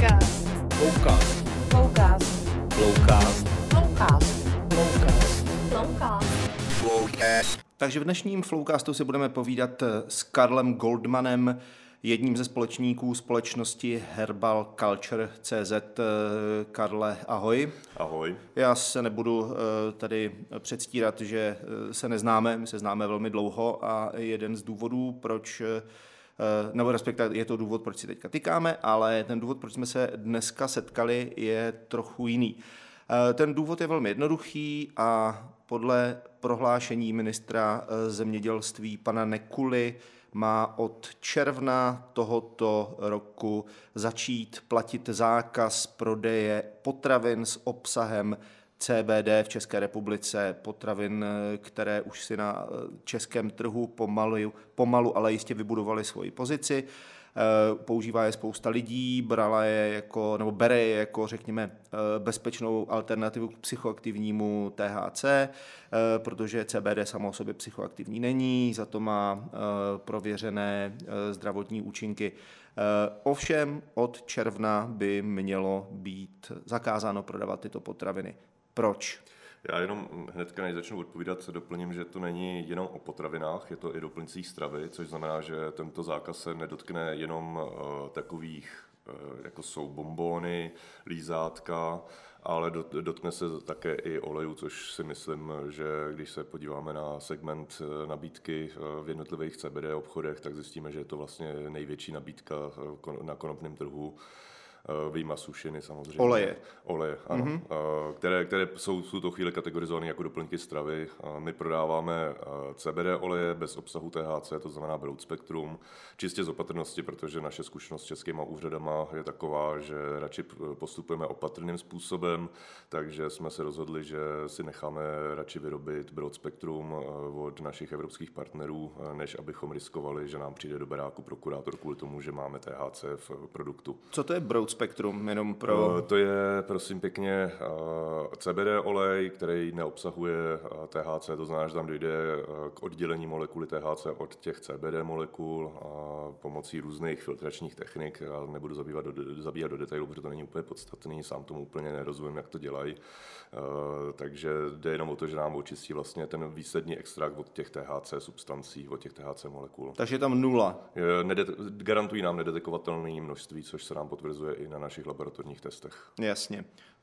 Flowcast. Flowcast. Flowcast. Flowcast. Flowcast. Flowcast. Flowcast. Flowcast. Takže v dnešním Flowcastu si budeme povídat s Karlem Goldmanem, jedním ze společníků společnosti Herbal Culture CZ. Karle, ahoj. Ahoj. Já se nebudu tady předstírat, že se neznáme, my se známe velmi dlouho a jeden z důvodů, proč, nebo respektive je to důvod, proč si teďka tykáme, ale ten důvod, proč jsme se dneska setkali, je trochu jiný. Ten důvod je velmi jednoduchý a podle prohlášení ministra zemědělství pana Nekuly má od června tohoto roku začít platit zákaz prodeje potravin s obsahem CBD v České republice, potravin, které už si na českém trhu pomalu, ale jistě vybudovaly svoji pozici. Používá je spousta lidí, bere je jako, řekněme, bezpečnou alternativu k psychoaktivnímu THC, protože CBD samo o sobě psychoaktivní není, za to má prověřené zdravotní účinky. Ovšem od června by mělo být zakázáno prodávat tyto potraviny. Proč? Já jenom hnedka, než začnu odpovídat, se doplním, že to není jenom o potravinách, je to i doplňcích stravy, což znamená, že tento zákaz se nedotkne jenom takových, jako jsou bonbóny, lízátka, ale dotkne se také i olejů, což si myslím, že když se podíváme na segment nabídky v jednotlivých CBD obchodech, tak zjistíme, že je to vlastně největší nabídka na konopném trhu. Vyjma sušiny samozřejmě. Oleje, ano. Mm-hmm. Které jsou v tuto chvíli kategorizované jako doplňky stravy. My prodáváme CBD oleje bez obsahu THC, to znamená broad spectrum, čistě z opatrnosti, protože naše zkušenost s českýma úřadama je taková, že radši postupujeme opatrným způsobem, takže jsme se rozhodli, že si necháme radši vyrobit broad spectrum od našich evropských partnerů, než abychom riskovali, že nám přijde do baráku prokurátor kvůli tomu, že máme THC v produktu. Co to je broad spektrum, jenom pro... To je, prosím pěkně, CBD olej, který neobsahuje THC, to znamená, že tam dojde k oddělení molekuly THC od těch CBD molekul pomocí různých filtračních technik. Já nebudu zabíhat do detailů, protože to není úplně podstatný, sám tomu úplně nerozumím, jak to dělají. Takže jde jenom o to, že nám očistí vlastně ten výsledný extrakt od těch THC substancí, od těch THC molekul. Takže je tam nula. Garantují nám nedetekovatelné množství, což se nám potvrzuje i na našich laboratorních testech. Jasně.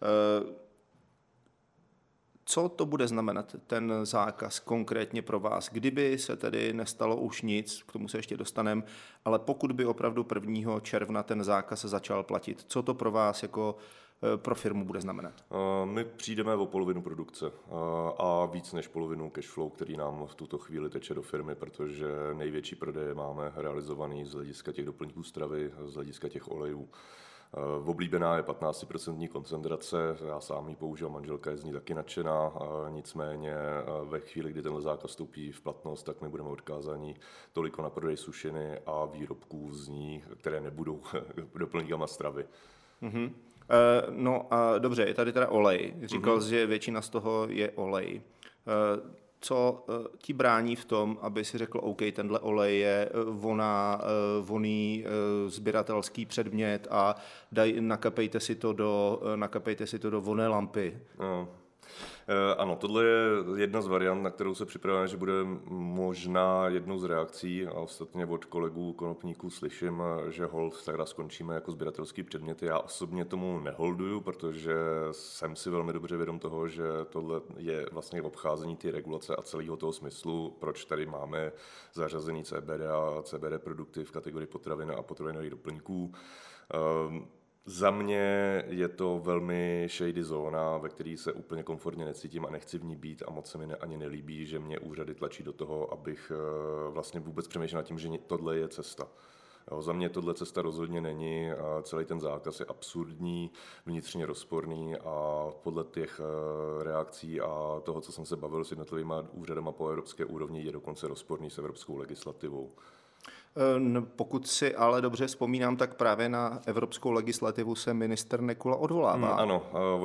Co to bude znamenat, ten zákaz konkrétně pro vás? Kdyby se tedy nestalo už nic, k tomu se ještě dostaneme, ale pokud by opravdu 1. června ten zákaz začal platit, co to pro vás jako pro firmu bude znamenat? My přijdeme o polovinu produkce a víc než polovinu cashflow, který nám v tuto chvíli teče do firmy, protože největší prodeje máme realizovaný z hlediska těch doplňků stravy, z hlediska těch olejů. Oblíbená je 15% koncentrace, já sám ji použil, manželka je z ní taky nadšená, nicméně ve chvíli, kdy tenhle zákaz vstoupí v platnost, tak my budeme odkázáni toliko na prodej sušiny a výrobků z ní, které nebudou doplňkama stravy. Mm-hmm. No a dobře, je tady teda olej. Říkal jsi, že většina z toho je olej. Co ti brání v tom, aby si řekl, OK, tenhle olej je voný sběratelský předmět a nakapejte si to do vonné lampy. No. Ano, tohle je jedna z variant, na kterou se připravujeme, že bude možná jednou z reakcí a ostatně od kolegů konopníků slyším, že hold teda skončíme jako sběratelský předmět. Já osobně tomu neholduju, protože jsem si velmi dobře vědom toho, že tohle je vlastně obcházení ty regulace a celého toho smyslu, proč tady máme zařazený CBD a CBD produkty v kategorii potravin a potravinových doplňků. Za mě je to velmi shady zóna, ve které se úplně komfortně necítím a nechci v ní být a moc se mi ani nelíbí, že mě úřady tlačí do toho, abych vlastně vůbec přemýšlel nad tím, že tohle je cesta. Jo, za mě tohle cesta rozhodně není a celý ten zákaz je absurdní, vnitřně rozporný a podle těch reakcí a toho, co jsem se bavil s jednotlivými úřadama po evropské úrovni, je dokonce rozporný s evropskou legislativou. Pokud si ale dobře vzpomínám, tak právě na evropskou legislativu se ministr Nekula odvolává. Ano,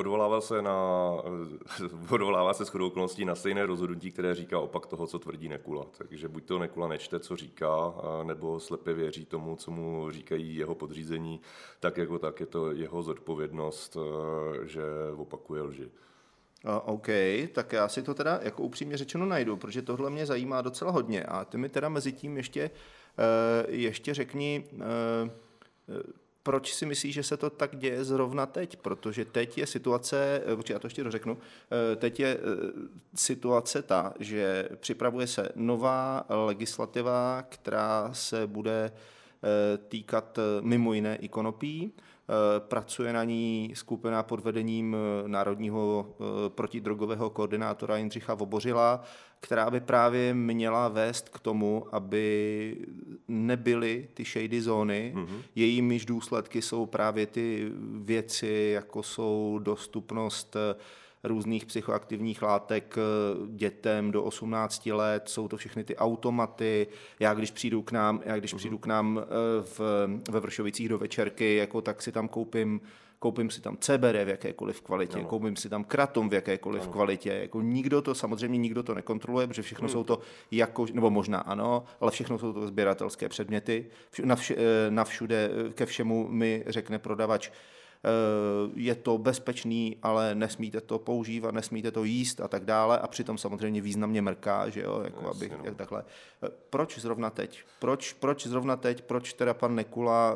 odvolává se shodou okolností na stejné rozhodnutí, které říká opak toho, co tvrdí Nekula. Takže buď to Nekula nečte, co říká, nebo slepě věří tomu, co mu říkají jeho podřízení, tak jako tak je to jeho zodpovědnost, že opakuje lži. OK, tak já si to teda jako upřímně řečeno najdu, protože tohle mě zajímá docela hodně a ty mi teda mezi tím ještě řekni, proč si myslíš, že se to tak děje zrovna teď, protože teď je situace, já to ještě dořeknu, teď je situace ta, že připravuje se nová legislativa, která se bude týkat mimo jiné i konopí. Pracuje na ní skupina pod vedením národního protidrogového koordinátora Jindřicha Vobořila, která by právě měla vést k tomu, aby nebyly ty shady zóny. Jejímiž důsledky jsou právě ty věci, jako jsou dostupnost různých psychoaktivních látek dětem do 18 let, jsou to všechny ty automaty. Já když přijdu k nám ve Vršovicích do večerky, jako tak si tam koupím si tam CBD v jakékoliv kvalitě, koupím si tam kratom v jakékoliv kvalitě. Jako nikdo to nekontroluje, protože všechno jsou to nebo možná ano, ale všechno jsou to sběratelské předměty. Navšude ke všemu mi řekne prodavač, je to bezpečný, ale nesmíte to používat, nesmíte to jíst a tak dále a přitom samozřejmě významně mrká, že jo, jako jak takhle. Proč zrovna teď? Proč zrovna teď? Proč teda pan Nekula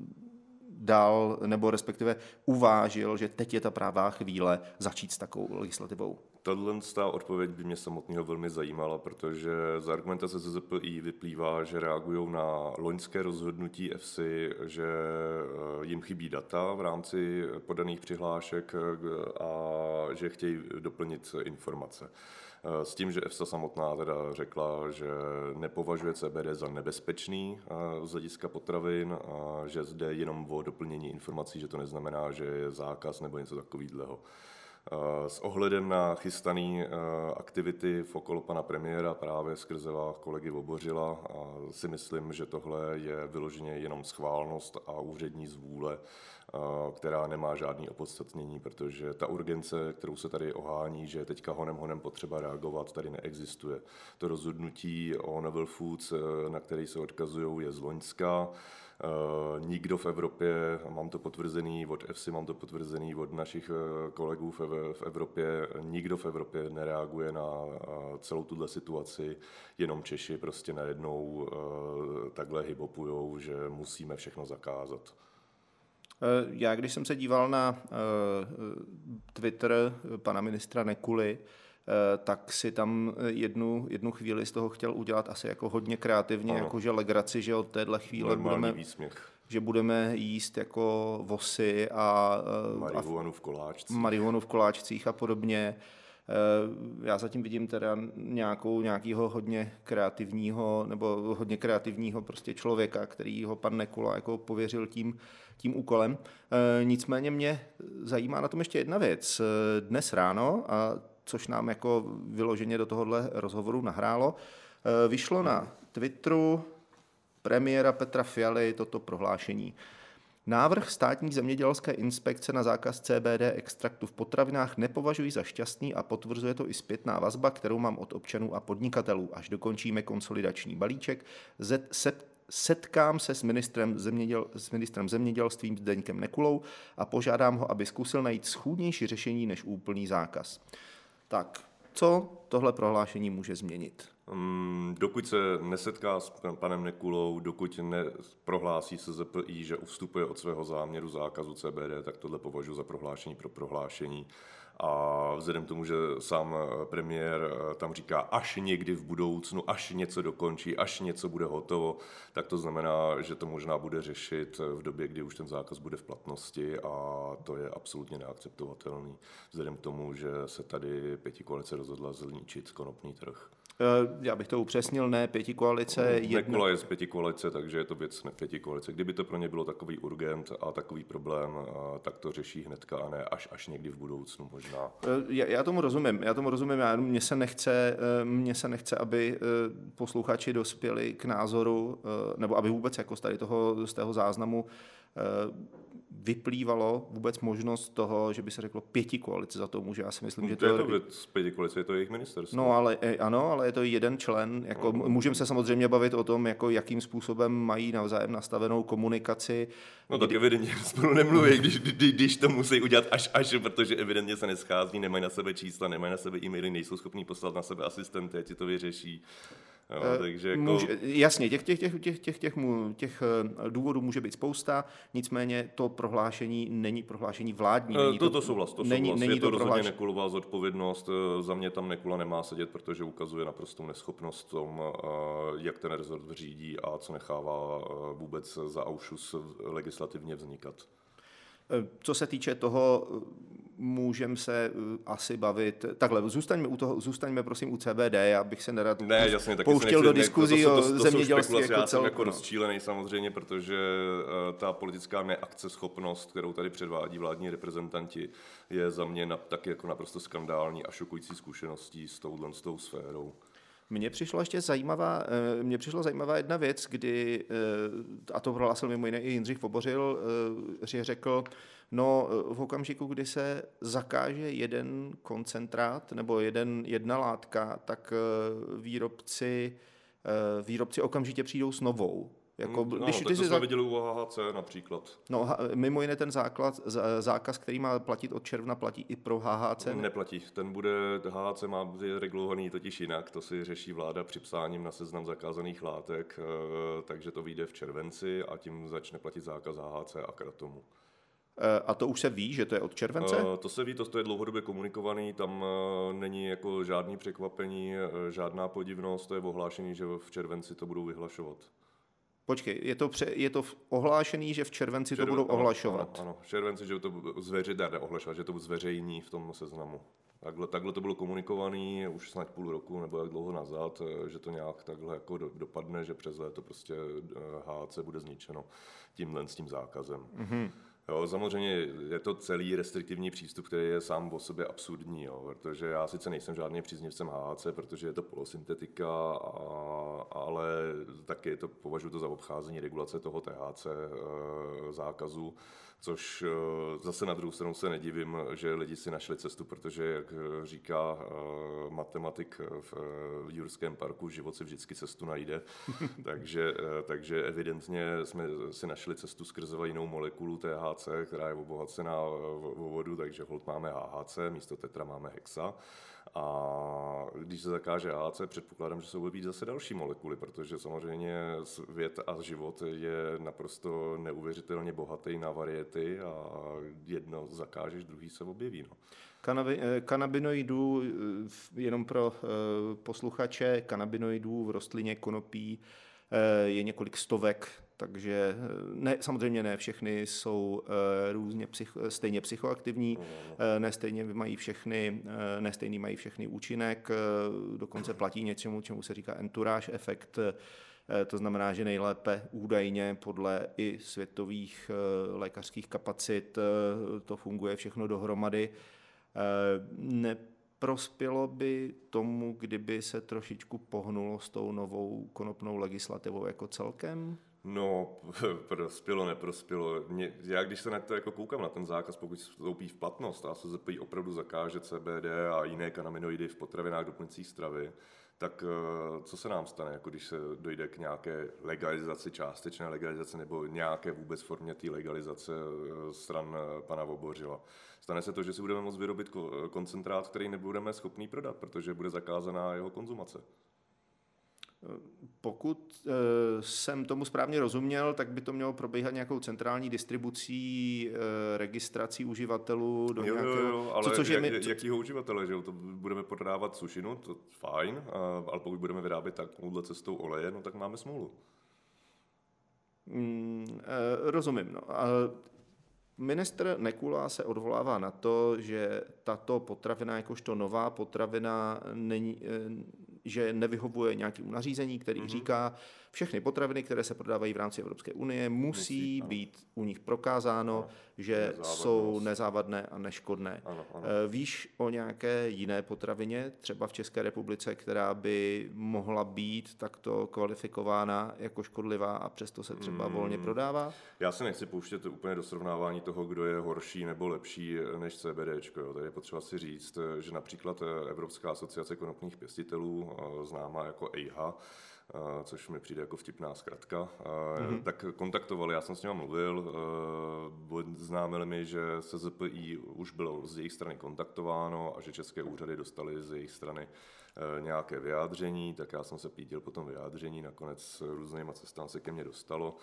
dal, nebo respektive uvážil, že teď je ta pravá chvíle začít s takovou legislativou? Tato odpověď by mě samotného velmi zajímala, protože z argumentace SZPI vyplývá, že reagují na loňské rozhodnutí EFSI, že jim chybí data v rámci podaných přihlášek a že chtějí doplnit informace. S tím, že EFSA samotná teda řekla, že nepovažuje CBD za nebezpečný z hlediska potravin a že zde jenom o doplnění informací, že to neznamená, že je zákaz nebo něco takového. S ohledem na chystané aktivity v okolo pana premiéra právě skrze kolegy Vobořila si myslím, že tohle je vyloženě jenom schválnost a úřední zvůle, která nemá žádný opodstatnění, protože ta urgence, kterou se tady ohání, že je teďka honem potřeba reagovat, tady neexistuje. To rozhodnutí o Novel Foods, na který se odkazují, je z loňska. Nikdo v Evropě, mám to potvrzený od EFSI, mám to potvrzený od našich kolegů v Evropě, nikdo v Evropě nereaguje na celou tuhle situaci, jenom Češi prostě najednou takhle hybopujou, že musíme všechno zakázat. Já, když jsem se díval na Twitter pana ministra Nekuly, tak si tam jednu chvíli z toho chtěl udělat asi jako hodně kreativně, jakože legraci, že od téhle chvíle budeme jíst jako vosy a marihuanu v koláčcích a podobně. Já zatím vidím teda nějakého hodně kreativního prostě člověka, který ho pan Nekula jako pověřil tím úkolem. Nicméně mě zajímá na tom ještě jedna věc. Dnes ráno, což nám jako vyloženě do tohohle rozhovoru nahrálo, vyšlo na Twitteru premiéra Petra Fialy toto prohlášení. Návrh státní zemědělské inspekce na zákaz CBD extraktu v potravinách nepovažuji za šťastný a potvrzuje to i zpětná vazba, kterou mám od občanů a podnikatelů. Až dokončíme konsolidační balíček, setkám se s ministrem zemědělství Zdeňkem Nekulou a požádám ho, aby zkusil najít schůdnější řešení než úplný zákaz. Tak, co tohle prohlášení může změnit? Dokud se nesetká s panem Nekulou, dokud neprohlásí SZPI, že ustupuje od svého záměru zákazu CBD, tak tohle považuji za prohlášení pro prohlášení. A vzhledem k tomu, že sám premiér tam říká až někdy v budoucnu, až něco dokončí, až něco bude hotovo, tak to znamená, že to možná bude řešit v době, kdy už ten zákaz bude v platnosti a to je absolutně neakceptovatelný. Vzhledem k tomu, že se tady pětikoalice rozhodla zničit konopný trh. Já bych to upřesnil, ne pětikoalice. Nekula je z pětikoalice, takže je to věc pětikoalice. Kdyby to pro ně bylo takový urgent a takový problém, tak to řeší hnedka a ne až někdy v budoucnu možná. Já tomu rozumím. Mně se nechce, aby posluchači dospěli k názoru, nebo aby vůbec jako z toho záznamu vyplývalo vůbec možnost toho, že by se řeklo pětikoalice za to může. Já si myslím, že to je to věc pětikoalice, je to jejich ministerstvo. No, ale je to jeden člen. Jako, můžeme se samozřejmě bavit o tom, jako, jakým způsobem mají navzájem nastavenou komunikaci. No tak evidentně spolu nemluví, když to musí udělat až, protože evidentně se neschází, nemají na sebe čísla, nemají na sebe e-maily, nejsou schopní poslat na sebe asistenty, ať si to vyřeší. Jo, takže jako... Jasně, těch důvodů může být spousta, nicméně to prohlášení není prohlášení vládní. To souhlas. Je to rozhodně Nekulová zodpovědnost. Za mě tam Nekula nemá sedět, protože ukazuje naprostou neschopnost v tom, jak ten rezort řídí a co nechává vůbec za aušus legislativně vznikat. Co se týče toho, můžeme se asi bavit. Takhle, zůstaňme prosím u CBD, já bych se nerad pouštěl do diskuzí o zemědělství jako celku. Já jsem jako rozčílený samozřejmě, protože ta politická neakceschopnost, kterou tady předvádí vládní reprezentanti, je za mě taky jako naprosto skandální a šokující zkušeností s tou sférou. Mně přišla zajímavá jedna věc, kdy, a to prohlásil mimo jiné i Jindřich Vobořil, že řekl, no v okamžiku, kdy se zakáže jeden koncentrát nebo jedna látka, tak výrobci okamžitě přijdou s novou. Jako, tak to jsme viděli u HHC například. No, mimo jiné ten zákaz, který má platit od června, platí i pro HHC? Neplatí. HHC má regulovaný totiž jinak, to si řeší vláda připsáním na seznam zakázaných látek, takže to vyjde v červenci a tím začne platit zákaz HHC a kratomu. A to už se ví, že to je od července? To se ví, to je dlouhodobě komunikovaný, tam není jako žádný překvapení, žádná podivnost, to je ohlášení, že v červenci to budou vyhlašovat. Počkej, je to ohlášený, že v červenci to budou ohlašovat? Ano, v červenci, že to ohlašovat, že to zveřejní v tom seznamu. Takhle to bylo komunikovaný už snad půl roku nebo jak dlouho nazad, že to nějak takhle jako dopadne, že přes léto prostě HHC bude zničeno s tím zákazem. Mm-hmm. Jo, samozřejmě je to celý restriktivní přístup, který je sám o sobě absurdní, jo, protože já sice nejsem žádným příznivcem HHC, protože je to polosyntetika, ale taky považuji to za obcházení regulace toho THC zákazu, což zase na druhou stranu se nedivím, že lidi si našli cestu, protože, jak říká matematik v Jurském parku, život si vždycky cestu najde, takže evidentně jsme si našli cestu skrze jinou molekulu THC, která je obohacená vodu, takže holt máme HHC, místo tetra máme hexa. A když se zakáže HHC, předpokládám, že se objeví zase další molekuly, protože samozřejmě svět a život je naprosto neuvěřitelně bohatý na variety a jedno zakážeš, druhý se objeví. No. Kanabinoidů, jenom pro posluchače, kanabinoidů v rostlině konopí je několik stovek, takže samozřejmě ne všechny jsou různě stejně psychoaktivní, nestejný mají všechny účinek, dokonce platí něčemu, čemu se říká entourage efekt, to znamená, že nejlépe údajně podle i světových lékařských kapacit to funguje všechno dohromady. Neprospělo by tomu, kdyby se trošičku pohnulo s tou novou konopnou legislativou jako celkem? No, neprospělo. Já když se na to jako koukám na ten zákaz, pokud vstoupí v platnost a se opravdu zakáže CBD a jiné kanabinoidy v potravinách doplňujících stravy, tak co se nám stane, jako když se dojde k nějaké legalizaci, částečné legalizaci nebo nějaké vůbec formě té legalizace stran pana Vobořila? Stane se to, že si budeme moct vyrobit koncentrát, který nebudeme schopný prodat, protože bude zakázaná jeho konzumace. Pokud jsem tomu správně rozuměl, tak by to mělo probíhat nějakou centrální distribucí, registrací uživatelů do nějakého... Ale jakýho uživatele, že to budeme prodávat sušinu, to fajn, ale pokud budeme vyrábět takovouhle cestou oleje, no tak máme smůlu. Rozumím, no. Ministr Nekula se odvolává na to, že tato potravina, jakožto nová potravina, že nevyhovuje nějakému nařízení, který říká, všechny potraviny, které se prodávají v rámci Evropské unie, musí být u nich prokázáno, že jsou nezávadné a neškodné. Ano. Víš o nějaké jiné potravině, třeba v České republice, která by mohla být takto kvalifikována jako škodlivá a přesto se třeba volně prodává? Já se nechci pouštět úplně do srovnávání toho, kdo je horší nebo lepší než CBDčko. Jo. Tady je potřeba si říct, že například Evropská asociace konopných pěstitelů, známá jako EIHA, což mi přijde jako vtipná zkratka, tak kontaktovali, já jsem s nimi mluvil, známili mi, že SZPI už bylo z jejich strany kontaktováno a že české úřady dostaly z jejich strany nějaké vyjádření, tak já jsem se pídil po tom vyjádření, nakonec různýma cestami se ke mně dostalo.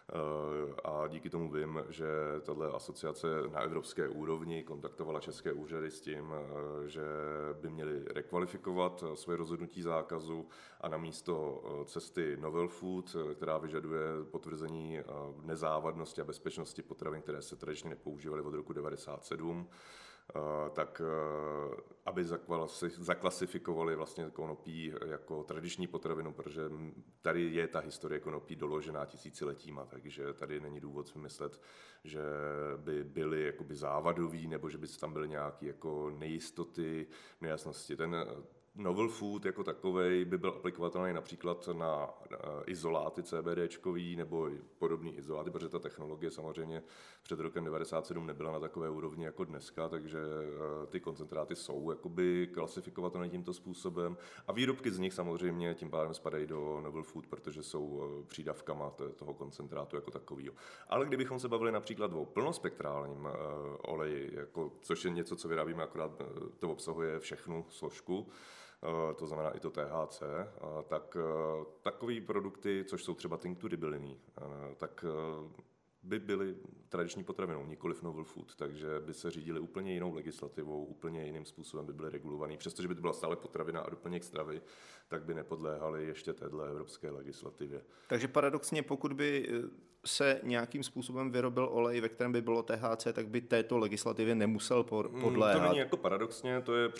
A díky tomu vím, že tato asociace na evropské úrovni kontaktovala české úřady s tím, že by měli rekvalifikovat svoje rozhodnutí zákazu a namísto cesty Novel Food, která vyžaduje potvrzení nezávadnosti a bezpečnosti potravin, které se tradičně nepoužívaly od roku 1997, tak aby zaklasifikovali vlastně konopí jako tradiční potravinu, protože tady je ta historie konopí doložená tisíciletíma, takže tady není důvod si myslet, že by byly jakoby závadoví nebo že by tam byly nějaké jako nejistoty, nejasnosti. Ten Novel Food jako takovej by byl aplikovatelný například na izoláty CBDčkový nebo podobný izoláty, protože ta technologie samozřejmě před rokem 1997 nebyla na takové úrovni jako dneska, takže ty koncentráty jsou jakoby klasifikovatelné tímto způsobem a výrobky z nich samozřejmě tím pádem spadají do Novel Food, protože jsou přídavkama toho koncentrátu jako takového. Ale kdybychom se bavili například o plnospektrálním oleji, jako, což je něco, co vyrábíme, akorát to obsahuje všechnu složku, to znamená i to THC, tak takové produkty, což jsou třeba tinktury byliny, tak by byly tradiční potravinou, nikoliv novel food, takže by se řídily úplně jinou legislativou, úplně jiným způsobem by byly regulovaný. Přestože by to byla stále potravina a doplněk stravy, tak by nepodléhaly ještě této evropské legislativě. Takže paradoxně, pokud by se nějakým způsobem vyrobil olej, ve kterém by bylo THC, tak by této legislativě nemusel podléhat. To není jako paradoxně, to je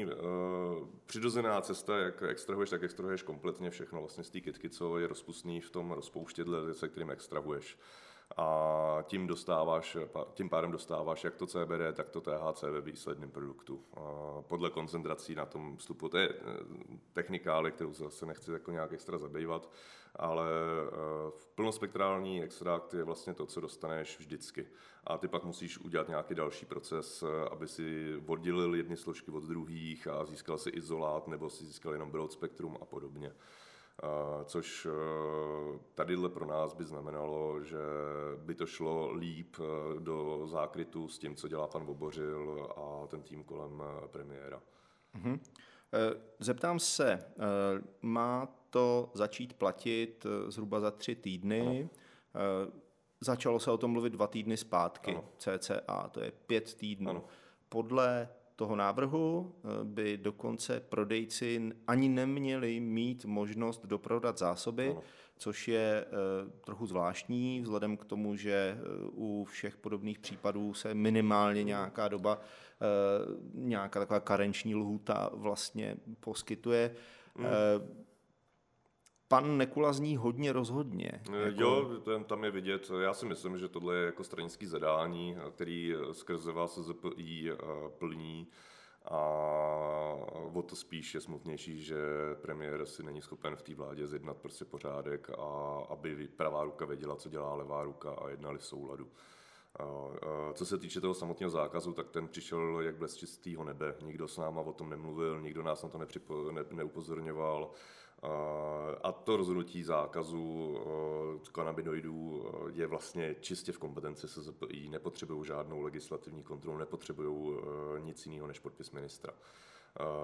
přirozená cesta, jak extrahuješ, tak extrahuješ kompletně všechno vlastně z té kytky, co je rozpustný v tom rozpouštědle, se kterým extrahuješ. A tím pádem dostáváš jak to CBD, tak to THC ve výsledném produktu. Podle koncentrací na tom vstupu. To je technikály, kterou se zase nechci jako nějak extra zabývat, ale plnospektrální extrakt je vlastně to, co dostaneš vždycky. A ty pak musíš udělat nějaký další proces, aby si oddělil jedny složky od druhých a získal si izolát nebo si získal jenom broad spektrum a podobně. Což tadyhle pro nás by znamenalo, že by to šlo líp do zákrytu s tím, co dělá pan Vobořil a ten tým kolem premiéra. Mhm. Zeptám se, má to začít platit zhruba za 3 týdny? Ano. Začalo se o tom mluvit 2 týdny zpátky, ano. cca, to je 5 týdnů. Ano. Podle toho návrhu by dokonce prodejci ani neměli mít možnost doprodat zásoby, ano. Což je trochu zvláštní, vzhledem k tomu, že u všech podobných případů se minimálně nějaká doba, nějaká taková karenční lhůta vlastně poskytuje. Pan Nekula zní hodně rozhodně. Jako... Jo, tam je vidět. Já si myslím, že tohle je jako stranický zadání, který skrze vás SZPI plní. A o to spíš je smutnější, že premiér si není schopen v té vládě zjednat prostě pořádek a aby pravá ruka věděla, co dělá levá ruka a jednali v souladu. Co se týče toho samotného zákazu, tak ten přišel jak blesk čistého nebe. Nikdo s náma o tom nemluvil, nikdo nás na to neupozorňoval. A to rozhodnutí zákazu kanabinoidů je vlastně čistě v kompetenci SZPI, nepotřebují žádnou legislativní kontrolu, nepotřebují nic jiného než podpis ministra.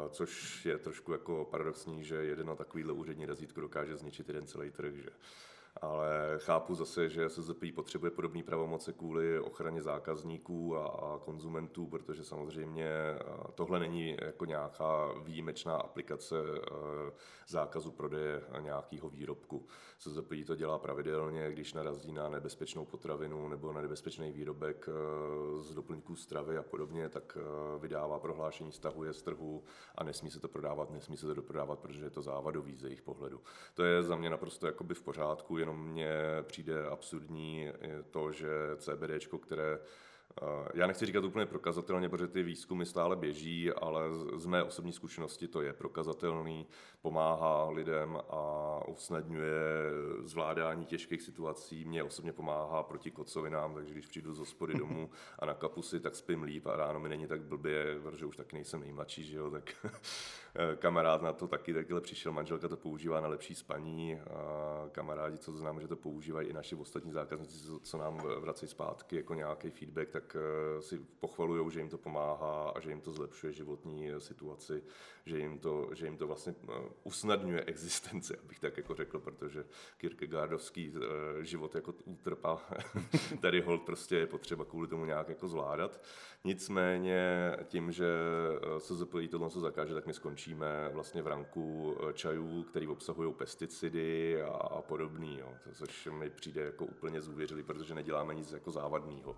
Což je trošku jako paradoxní, že jeden na takovýhle úřední razítko dokáže zničit jeden celý trh, že? Ale chápu zase, že SZPI potřebuje podobné pravomoce kvůli ochraně zákazníků a konzumentů, protože samozřejmě tohle není jako nějaká výjimečná aplikace zákazu prodeje nějakého výrobku. SZPI to dělá pravidelně, když narazí na nebezpečnou potravinu nebo na nebezpečný výrobek z doplňků stravy a podobně, tak vydává prohlášení, stahuje z trhu a nesmí se to doprodávat, protože je to závadový z jejich pohledu. To je za mě naprosto jakoby v pořádku, jenom mně přijde absurdní to, že CBDčko, které já nechci říkat úplně prokazatelně, protože ty výzkumy stále běží, ale z mé osobní zkušenosti to je prokazatelný, pomáhá lidem a usnadňuje zvládání těžkých situací. Mně osobně pomáhá proti kocovinám, takže když přijdu z hospody domů a na kapusy, tak spím líp a ráno mi není tak blbě, protože už taky nejsem nejmladší, že jo, tak kamarád na to taky takhle přišel, manželka to používá na lepší spaní a kamarádi, co znám, že to používají i naši ostatní zákazníci, co nám vracejí zpátky jako nějaký feedback, tak si pochvalujou, že jim to pomáhá a že jim to zlepšuje životní situaci, že jim to vlastně usnadňuje existenci, abych tak jako řekl, protože Kierkegaardovský život jako útrpa tady holt prostě je potřeba kvůli tomu nějak jako zvládat. Nicméně tím, že SZPI tohle co zakáže, tak my skončíme vlastně v ranku čajů, který obsahují pesticidy a podobný, jo. Což mi přijde jako úplně zúvěřilý, protože neděláme nic jako závadného.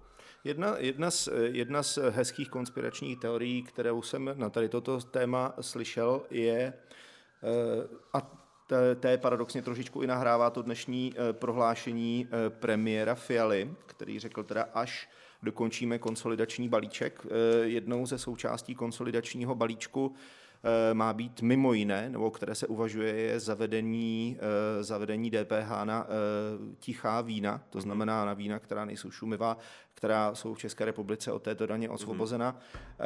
Jedna z hezkých konspiračních teorií, kterou jsem na tady toto téma slyšel, je, a té paradoxně trošičku i nahrává to dnešní prohlášení premiéra Fialy, který řekl teda, až dokončíme konsolidační balíček. Jednou ze součástí konsolidačního balíčku má být mimo jiné, nebo které se uvažuje, je zavedení DPH na tichá vína, to znamená na vína, která nejsou šumivá, která jsou v České republice od této daně osvobozena.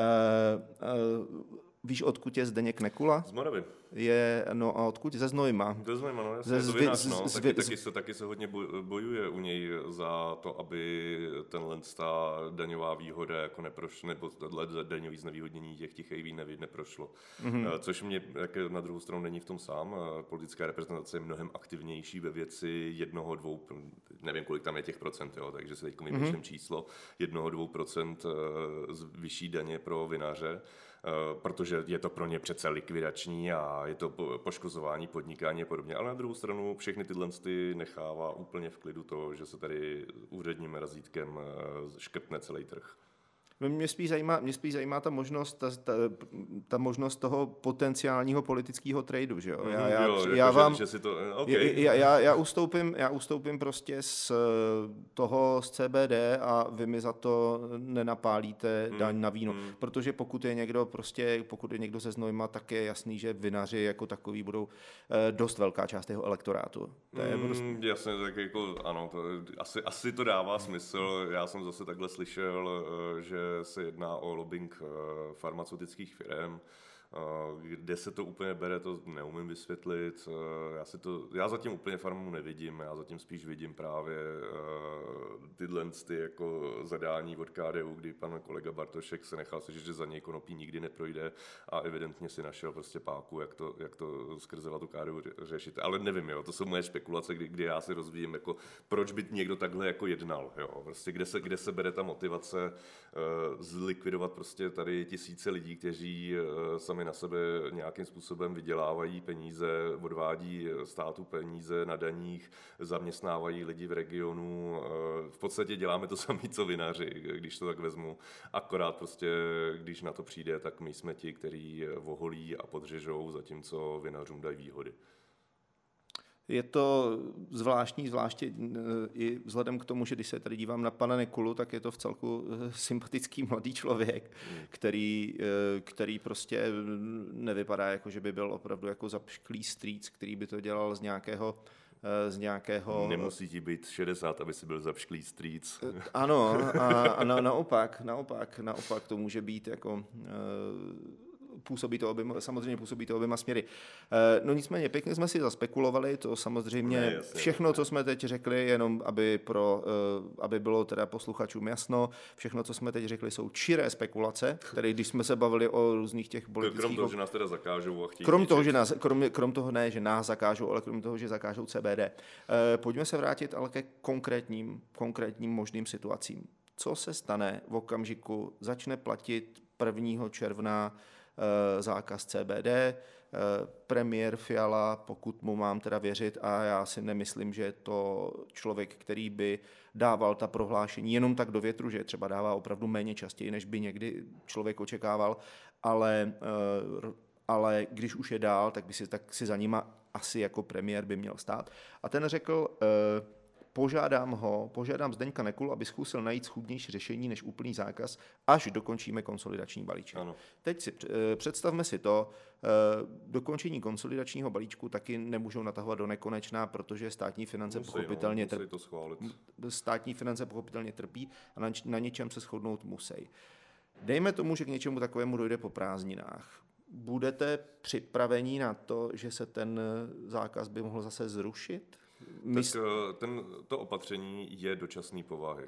Víš, odkud je Zdeněk Nekula? Z Moravy. No a odkud? Ze Znojma. Ze Znojma, no jasně, taky se hodně bojuje u něj za to, aby ta daňová výhoda jako neprošla, nebo daňový znevýhodnění těch tichých vín neprošlo. Což mě na druhou stranu není v tom sám. Politická reprezentace je mnohem aktivnější ve věci 1-2, nevím, kolik tam je těch procent, jo, takže se teď vypočteme číslo, 1-2% vyšší daně pro vinaře, protože je to pro ně přece likvidační a je to poškozování podnikání a podobně. Ale na druhou stranu všechny tyhle nechává úplně v klidu to, že se tady úředním razítkem škrtne celý trh. Mě spíš zajímá ta možnost toho potenciálního politického tradu, že jo? Já ustoupím prostě z CBD a vy mi za to nenapálíte daň na víno, protože pokud je někdo ze Znojma, tak je jasný, že vinaři jako takový budou dost velká část jeho elektorátu. Jasně, tak jako ano, asi to dává smysl. Já jsem zase takhle slyšel, že se jedná o lobbying farmaceutických firem. Kde se to úplně bere, to neumím vysvětlit. Já zatím úplně farmu nevidím, já zatím spíš vidím právě tyhle jako zadání od KDU, kdy pan kolega Bartošek se nechal slyšet, že za něj konopí nikdy neprojde a evidentně si našel prostě páku, jak to skrze tu KDU řešit. Ale nevím, jo, to jsou moje spekulace, kdy já si rozvíjím, jako, proč by někdo takhle jako jednal. Jo? Prostě kde se bere ta motivace zlikvidovat prostě tady tisíce lidí, kteří sami na sebe nějakým způsobem vydělávají peníze, odvádí státu peníze na daních, zaměstnávají lidi v regionu. V podstatě děláme to samé, co vinaři, když to tak vezmu. Akorát prostě, když na to přijde, tak my jsme ti, kteří voholí a podřežou, zatímco vinařům dají výhody. Je to zvláštní, zvláště i vzhledem k tomu, že když se tady dívám na pana Nekulu, tak je to vcelku sympatický mladý člověk, který prostě nevypadá jako, že by byl opravdu jako zapšklý strýc, který by to dělal z nějakého... Nemusí ti být 60, aby si byl zapšklý strýc. Ano, a naopak to může být jako... samozřejmě působí to oběma směry. No nicméně, pěkně jsme si zaspekulovali, to samozřejmě všechno, co jsme teď řekli, jenom aby bylo teda posluchačům jasno, všechno, co jsme teď řekli, jsou čiré spekulace, tedy když jsme se bavili o různých těch politických... Krom toho, že nás teda zakážou a chtějí... Krom toho ne, že nás zakážou, ale krom toho, že zakážou CBD. Pojďme se vrátit ale ke konkrétním možným situacím. Co se stane v okamžiku, začne platit 1. června zákaz CBD, premiér Fiala, pokud mu mám teda věřit, a já si nemyslím, že je to člověk, který by dával ta prohlášení jenom tak do větru, že třeba dává opravdu méně častěji, než by někdy člověk očekával, ale když už je dál, tak si za nima asi jako premiér by měl stát. A ten řekl, požádám Zdeňka Nekulu, aby zkusil najít schůdnější řešení než úplný zákaz, až dokončíme konsolidační balíček. Ano. Teď si představme si to, dokončení konsolidačního balíčku taky nemůžou natahovat do nekonečna, protože státní finance pochopitelně trpí a na něčem se shodnout musí. Dejme tomu, že k něčemu takovému dojde po prázdninách. Budete připraveni na to, že se ten zákaz by mohl zase zrušit? To opatření je dočasné povahy.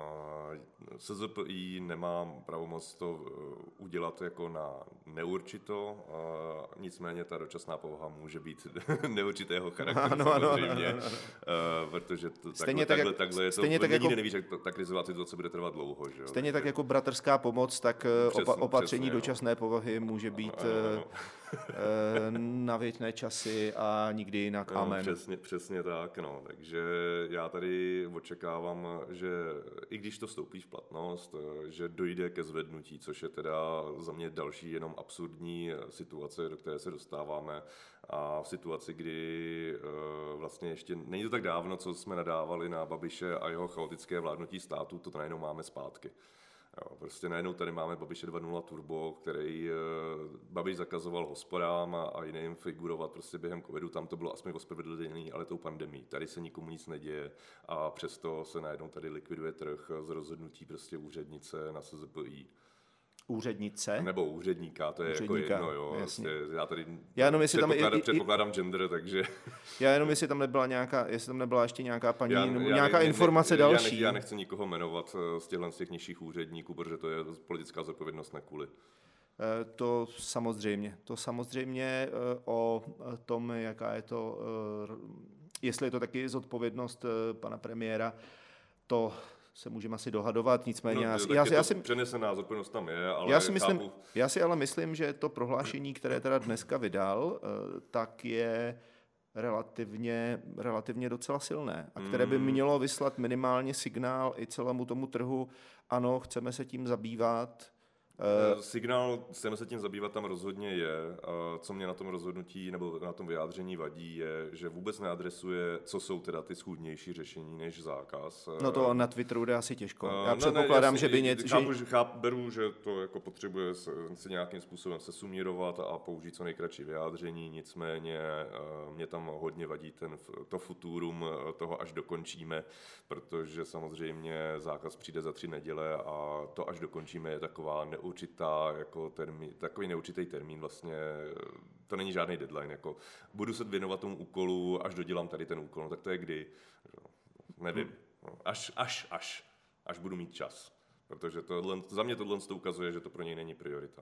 SZPI nemá pravomoc to udělat jako na neurčito, nicméně ta dočasná povaha může být neurčitého charakteru samozřejmě, protože takhle je to, nikdy nevíš, jak ta krizová situace bude trvat dlouho. Že? Stejně tak jako bratrská pomoc, tak opatření dočasné povahy může být na věčné časy a nikdy jinak. Amen. Přesně tak, no. Takže já tady očekávám, že i když to vstoupí v platnost, že dojde ke zvednutí, což je teda za mě další jenom absurdní situace, do které se dostáváme, a v situaci, kdy vlastně ještě není to tak dávno, co jsme nadávali na Babiše a jeho chaotické vládnutí státu, to najednou máme zpátky. Jo, prostě najednou tady máme Babiše 2.0 turbo, který Babiš zakazoval hospodám a jiným figurovat prostě během covidu, tam to bylo aspoň ospravedlněný, ale tou pandemí. Tady se nikomu nic neděje a přesto se najednou tady likviduje trh z rozhodnutí prostě úřednice na SZPI. Úřednice? Nebo úředníka, to je úředníka, jako jedno, jo. Vlastně, já tady předpokládám gender, takže... Já jenom, jestli tam nebyla ještě nějaká paní, nějaká informace další. Já nechci nikoho jmenovat z těch nižších úředníků, protože to je politická zodpovědnost Nekuly. To samozřejmě o tom, jaká je to, jestli je to taky zodpovědnost pana premiéra, to se můžeme asi dohadovat, nicméně... Přenesená zodpovědnost tam je, ale já si ale myslím, že to prohlášení, které teda dneska vydal, tak je relativně docela silné a které by mělo vyslat minimálně signál i celému tomu trhu, ano, chceme se tím zabývat. Signál, chceme se tím zabývat, tam rozhodně je. Co mě na tom rozhodnutí nebo na tom vyjádření vadí, je, že vůbec neadresuje, co jsou teda ty schůdnější řešení než zákaz. No to na Twitteru jde asi těžko. Já předpokládám, že by něco... Beru, že to jako potřebuje si nějakým způsobem sesumírovat a použít co nejkratší vyjádření, nicméně mě tam hodně vadí to futurum toho, až dokončíme, protože samozřejmě zákaz přijde za 3 neděle a to, až dokončíme, je taková neurčitá, jako takový neurčitý termín, vlastně to není žádný deadline, jako budu se věnovat tomu úkolu, až dodělám tady ten úkol, no tak to je kdy, nevím, až budu mít čas, protože za mě tohle to ukazuje, že to pro něj není priorita.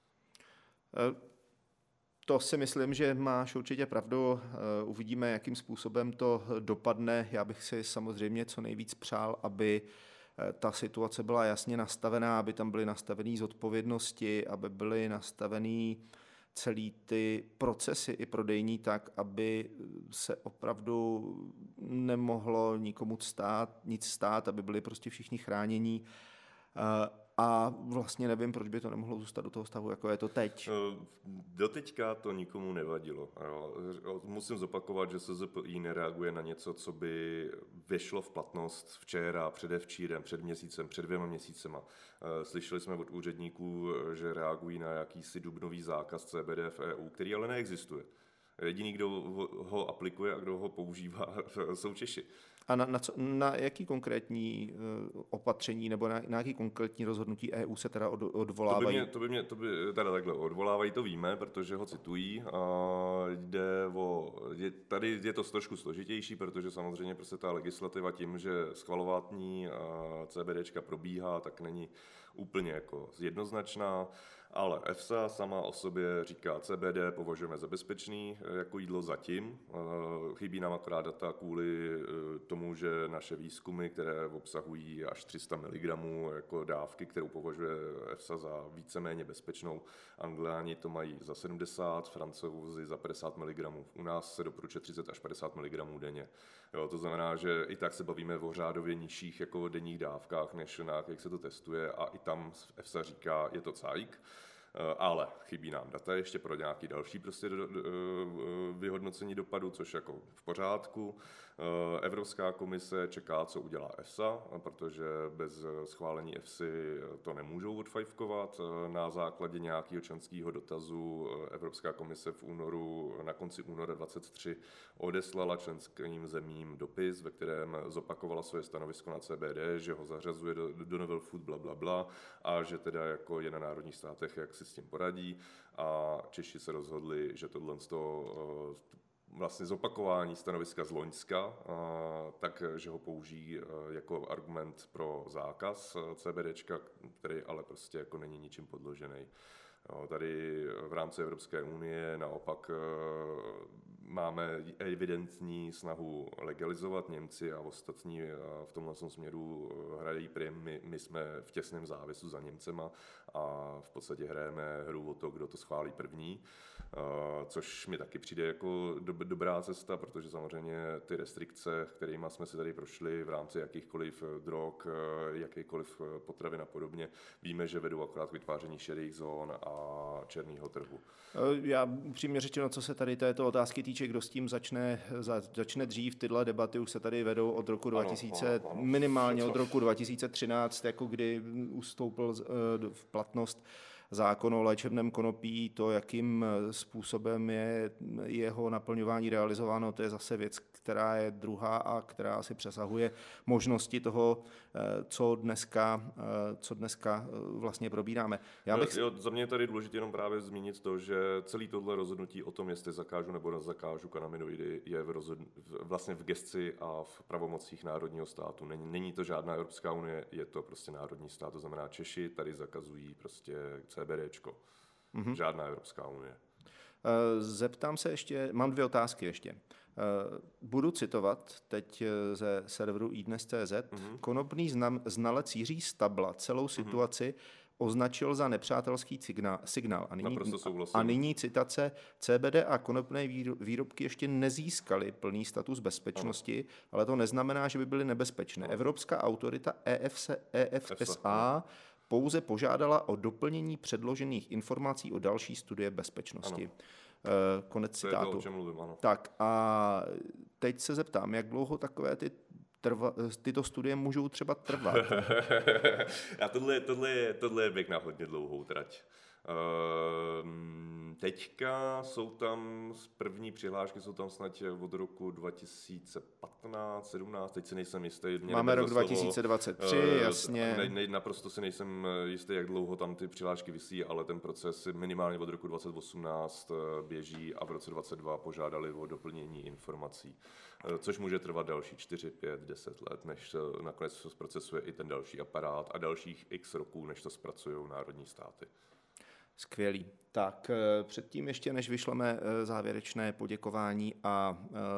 To si myslím, že máš určitě pravdu, uvidíme, jakým způsobem to dopadne, já bych si samozřejmě co nejvíc přál, aby ta situace byla jasně nastavená, aby tam byly nastavené zodpovědnosti, aby byly nastavené celý ty procesy i prodejní tak, aby se opravdu nemohlo nikomu nic stát, aby byli prostě všichni chránění. A vlastně nevím, proč by to nemohlo zůstat do toho stavu, jako je to teď. Doteďka to nikomu nevadilo. Musím zopakovat, že SZPI nereaguje na něco, co by vešlo v platnost včera, předevčírem, před měsícem, před 2 měsícema. Slyšeli jsme od úředníků, že reagují na jakýsi dubnový zákaz CBD v EU, který ale neexistuje. Jediný, kdo ho aplikuje a kdo ho používá, jsou Češi. A na jaký konkrétní opatření nebo na jaký konkrétní rozhodnutí EU se teda odvolávají? To by teda takhle odvolávají, to víme, protože ho citují. Tady je to trošku složitější, protože samozřejmě prostě ta legislativa tím, že schvalování CBDčka probíhá, tak není úplně jako jednoznačná, ale EFSA sama o sobě říká, CBD považujeme za bezpečný jako jídlo zatím. Chybí nám akorát data kvůli tomu, že naše výzkumy, které obsahují až 300 mg jako dávky, kterou považuje EFSA za víceméně bezpečnou. Angliáni to mají za 70, Francouzi za 50 mg. U nás se doporučuje 30 až 50 mg denně. Jo, to znamená, že i tak se bavíme o řádově nižších jako denních dávkách, než na jakých se to testuje, a i tam EFSA říká, je to cajk. Ale chybí nám data ještě pro nějaký další prostě vyhodnocení dopadu, což jako v pořádku. Evropská komise čeká, co udělá EFSA, protože bez schválení EFSY to nemůžou odfajfkovat. Na základě nějakého členského dotazu Evropská komise na konci února 2023 odeslala členským zemím dopis, ve kterém zopakovala své stanovisko na CBD, že ho zařazuje do novel food blablabla a že teda jako je na národních státech, jak si s tím poradí, a Češi se rozhodli, že tohle vlastně zopakování stanoviska z loňska, takže ho použijí jako argument pro zákaz CBDčka, který ale prostě jako není ničím podložený. Tady v rámci Evropské unie naopak máme evidentní snahu legalizovat. Němci a ostatní v tomhle směru hrají prim. My jsme v těsném závisu za Němcema a v podstatě hrajeme hru o to, kdo to schválí první, což mi taky přijde jako dobrá cesta, protože samozřejmě ty restrikce, kterými jsme si tady prošli v rámci jakýchkoliv drog, jakýchkoliv potravin a podobně, víme, že vedou akorát k vytváření šedých zón a černého trhu. Já upřímně řečeno, co se tady této otázky týče, kdo s tím začne dřív, tyhle debaty už se tady vedou od roku 2000, minimálně od roku 2013, jako kdy ustoupil v platnost zákon o léčebném konopí. To, jakým způsobem je jeho naplňování realizováno, to je zase věc, která je druhá a která asi přesahuje možnosti toho, co dneska vlastně probíráme. Za mě je tady důležité jenom právě zmínit to, že celý tohle rozhodnutí o tom, jestli zakážu nebo nezakážu kanabinoidy, je vlastně v gesci a v pravomocích národního státu. Není to žádná Evropská unie, je to prostě národní stát, to znamená Češi tady zakazují prostě CBDčko. Žádná Evropská unie. Zeptám se ještě, mám 2 otázky ještě. Budu citovat teď ze serveru iDnes.cz. Konopný znalec Jiří Stabla celou situaci označil za nepřátelský signál. A nyní citace: CBD a konopné výrobky ještě nezískaly plný status bezpečnosti, ale to neznamená, že by byly nebezpečné. Evropská autorita EFSA pouze požádala o doplnění předložených informací o další studie bezpečnosti. Konec citátu. To je to, o čem mluvím, ano. Tak a teď se zeptám, jak dlouho takové tyto studie můžou třeba trvat? A tohle je běh na hodně dlouhou trať. Teďka jsou tam, z první přihlášky jsou tam snad od roku 2015, 17, teď si nejsem jistý. Máme rok 2023, jasně. Naprosto si nejsem jistý, jak dlouho tam ty přihlášky visí, ale ten proces minimálně od roku 2018 běží a v roce 2022 požádali o doplnění informací, což může trvat další 4, 5, 10 let, než nakonec se zprocesuje i ten další aparát a dalších x roků, než to zpracují národní státy. Skvělý. Tak předtím ještě, než vyšleme závěrečné poděkování a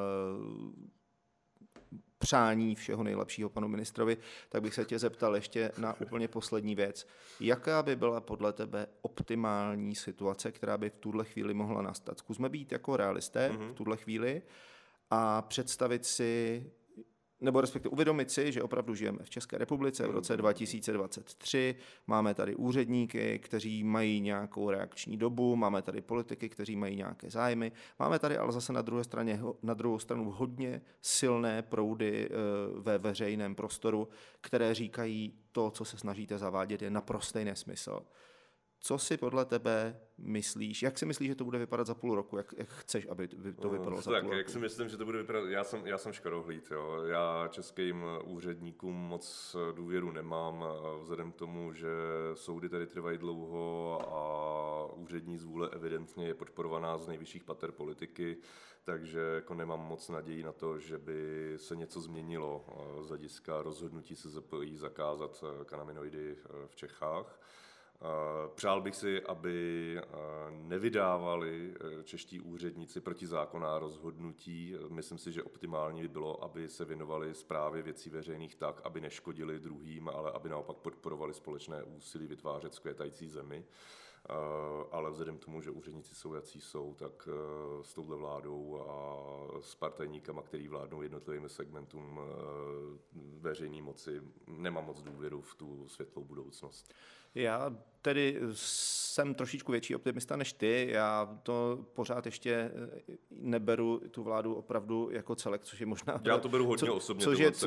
přání všeho nejlepšího panu ministrovi, tak bych se tě zeptal ještě na úplně poslední věc. Jaká by byla podle tebe optimální situace, která by v tuhle chvíli mohla nastat? Zkusme být jako realisté v tuhle chvíli a představit si, nebo respektive uvědomit si, že opravdu žijeme v České republice v roce 2023, máme tady úředníky, kteří mají nějakou reakční dobu, máme tady politiky, kteří mají nějaké zájmy, máme tady ale zase na druhou stranu hodně silné proudy ve veřejném prostoru, které říkají, to, co se snažíte zavádět, je naprostý nesmysl. co si podle tebe myslíš? Jak si myslíš, že to bude vypadat za půl roku? Jak chceš, aby to vypadalo za půl roku? Jak si myslím, že to bude vypadat? Já jsem škarohlíd. Jo. Já českým úředníkům moc důvěru nemám, vzhledem k tomu, že soudy tady trvají dlouho a úřední zvůle evidentně je podporovaná z nejvyšších pater politiky, takže jako nemám moc naději na to, že by se něco změnilo z hlediska rozhodnutí SZPI zakázat kanabinoidy v Čechách. Přál bych si, aby nevydávali čeští úředníci protizákonná rozhodnutí. Myslím si, že optimální by bylo, aby se věnovali správě věcí veřejných tak, aby neškodili druhým, ale aby naopak podporovali společné úsilí vytvářet skvětající zemi. Ale vzhledem k tomu, že úředníci jsou jací jsou, tak s touhle vládou a s partajníkama, který vládnou jednotlivým segmentům veřejné moci, nemám moc důvěru v tu světlou budoucnost. Já tedy jsem trošičku větší optimista než ty. Já to pořád ještě neberu tu vládu opravdu jako celek, což je možná... Já to beru hodně osobně,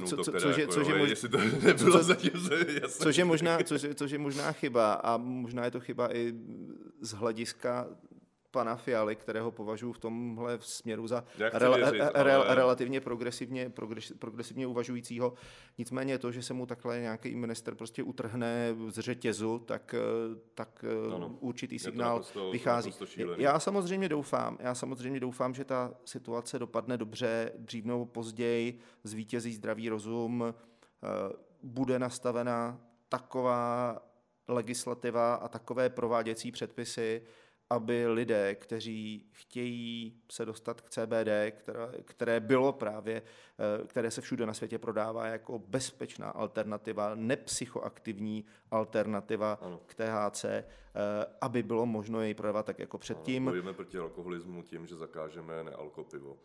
což je možná chyba a možná je to chyba i z hlediska pana Fialy, kterého považuji v tomhle směru za relativně progresivně uvažujícího. Nicméně to, že se mu takhle nějaký minister prostě utrhne z řetězu, tak určitý signál vychází. Já samozřejmě doufám, že ta situace dopadne dobře, dřív nebo později, zvítězí zdravý rozum, bude nastavena taková legislativa a takové prováděcí předpisy, aby lidé, kteří chtějí se dostat k CBD, které bylo právě, které se všude na světě prodává jako bezpečná alternativa, nepsychoaktivní alternativa k THC, aby bylo možno jej prodávat tak jako předtím. Bojujeme proti alkoholismu tím, že zakážeme nealkopivo.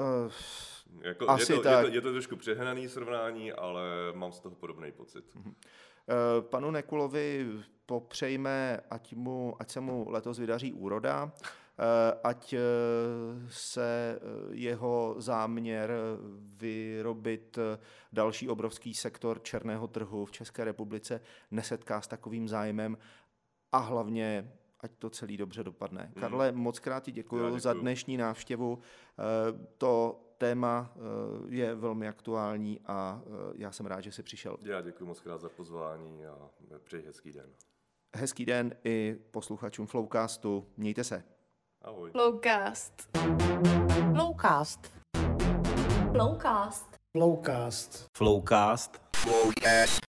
Je to trošku přehnaný srovnání, ale mám z toho podobný pocit. Panu Nekulovi popřejme, ať se mu letos vydaří úroda, ať se jeho záměr vyrobit další obrovský sektor černého trhu v České republice nesetká s takovým zájmem a hlavně ať to celý dobře dopadne. Karle, moc krát ti děkuji za dnešní návštěvu. To téma je velmi aktuální a já jsem rád, že jsi přišel. Já děkuji moc krát za pozvání a přeji hezký den. Hezký den i posluchačům Flowcastu. Mějte se. Ahoj. Flowcast. Flowcast. Flowcast. Flowcast. Flowcast. Flowcast.